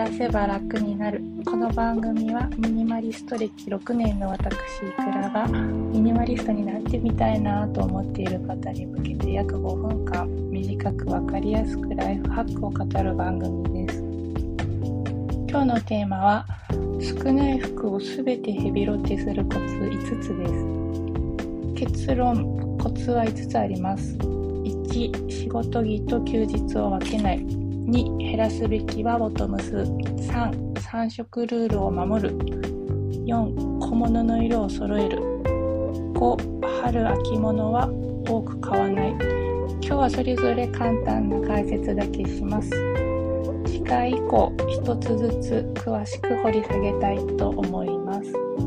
らせば楽になる。この番組はミニマリスト歴6年の私いくらがミニマリストになってみたいなと思っている方に向けて約5分間短く分かりやすくライフハックを語る番組です。今日のテーマは少ない服をすべてヘビロテするコツ5つです。結論、コツは5つあります。1、仕事着と休日を分けない。2、減らすべきはボトムス。3、3色ルールを守る。4、小物の色を揃える。5、春秋物は多く買わない。今日はそれぞれ簡単な解説だけします。次回以降一つずつ詳しく掘り下げたいと思います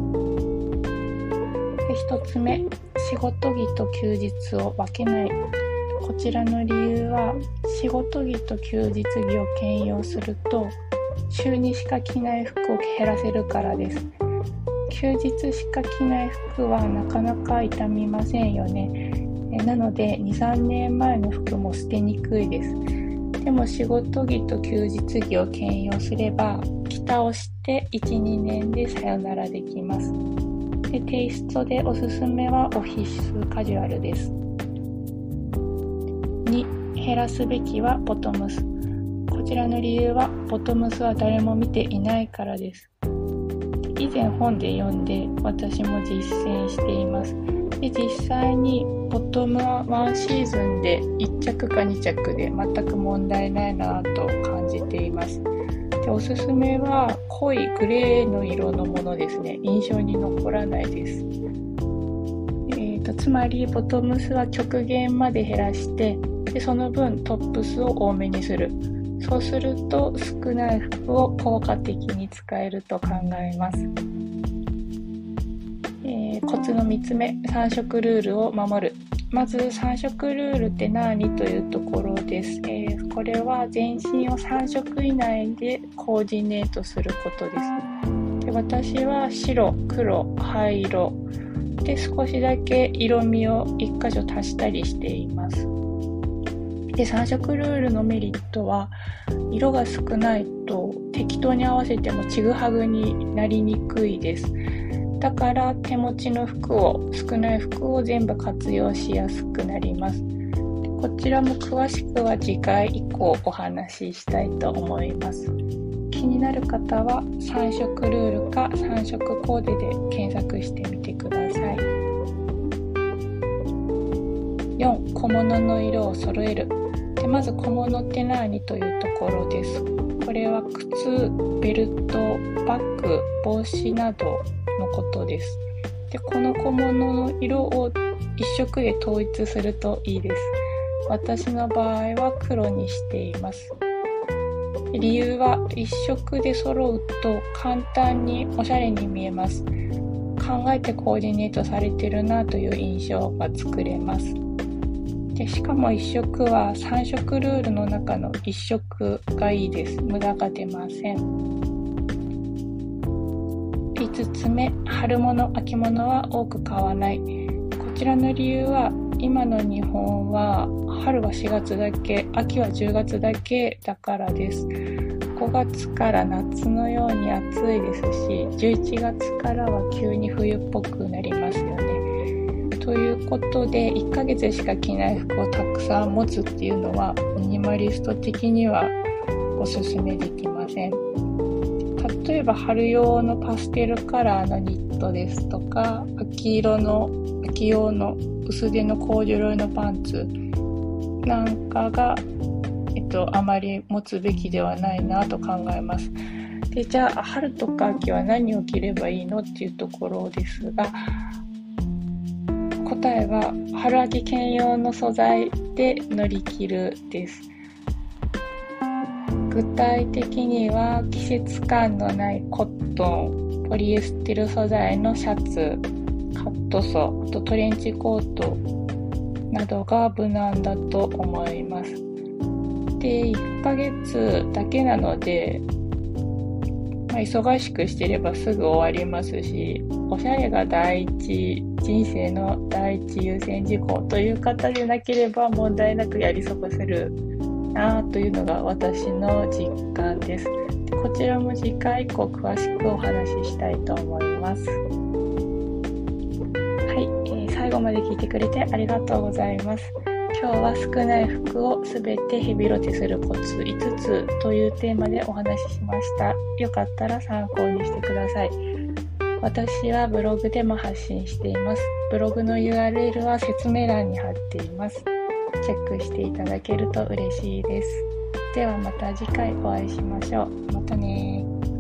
。1つ目、仕事着と休日を分けない。こちらの理由は仕事着と休日着を兼用すると週にしか着ない服を減らせるからです。休日しか着ない服はなかなか傷みませんよね。なので 2,3 年前の服も捨てにくいです。でも仕事着と休日着を兼用すれば着倒して 1,2 年でさよならできます。でテイストでおすすめはオフィスカジュアルです。2、減らすべきはボトムス。こちらの理由はボトムスは誰も見ていないからです。以前本で読んで私も実践しています。で実際にボトムはワンシーズンで1着か2着で全く問題ないなと感じています。でおすすめは濃いグレーの色のものですね。印象に残らないです。つまりボトムスは極限まで減らしてでその分トップスを多めにする。そうすると少ない服を効果的に使えると考えます。コツの3つ目、3色ルールを守る。まず3色ルールって何というところです。これは全身を3色以内でコーディネートすることです。で私は白、黒、灰色で少しだけ色味を1箇所足したりしています。で3色ルールのメリットは色が少ないと適当に合わせてもちぐはぐになりにくいです。だから手持ちの服を少ない服を全部活用しやすくなります。こちらも詳しくは次回以降お話ししたいと思います。気になる方は3色ルールか3色コーデで検索してみてください。4、小物の色を揃える。でまず小物って何というところです。これは靴、ベルト、バッグ、帽子などのことです。でこの小物の色を一色で統一するといいです。私の場合は黒にしています。理由は一色で揃うと簡単におしゃれに見えます。考えてコーディネートされてるなという印象が作れます。でしかも一色は3色ルールの中の一色がいいです。無駄が出ません。5つ目、春物、秋物は多く買わない。こちらの理由は今の日本は春は4月だけ、秋は10月だけだからです。5月から夏のように暑いですし、11月からは急に冬っぽくなりますよね。ということで1ヶ月しか着ない服をたくさん持つっていうのはミニマリスト的にはおすすめできません。例えば春用のパステルカラーのニットですとか秋用の薄手のコーデュロイのパンツなんかが、あまり持つべきではないなと考えます。でじゃあ春とか秋は何を着ればいいのっていうところですが、答えは春秋兼用の素材で乗り切るです。具体的には季節感のないコットン、ポリエステル素材のシャツ、カットソー、あとトレンチコートなどが無難だと思います。で、1ヶ月だけなので、忙しくしてればすぐ終わりますし、おしゃれが人生の第一優先事項という方でなければ問題なくやり過ごせるなというのが私の実感です。でこちらも次回以降詳しくお話ししたいと思います。はい、最後まで聞いてくれてありがとうございます。今日は少ない服をすべてヘビロテするコツ5つというテーマでお話ししました。よかったら参考にしてください。私はブログでも発信しています。ブログの URL は説明欄に貼っています。チェックしていただけると嬉しいです。ではまた次回お会いしましょう。またね。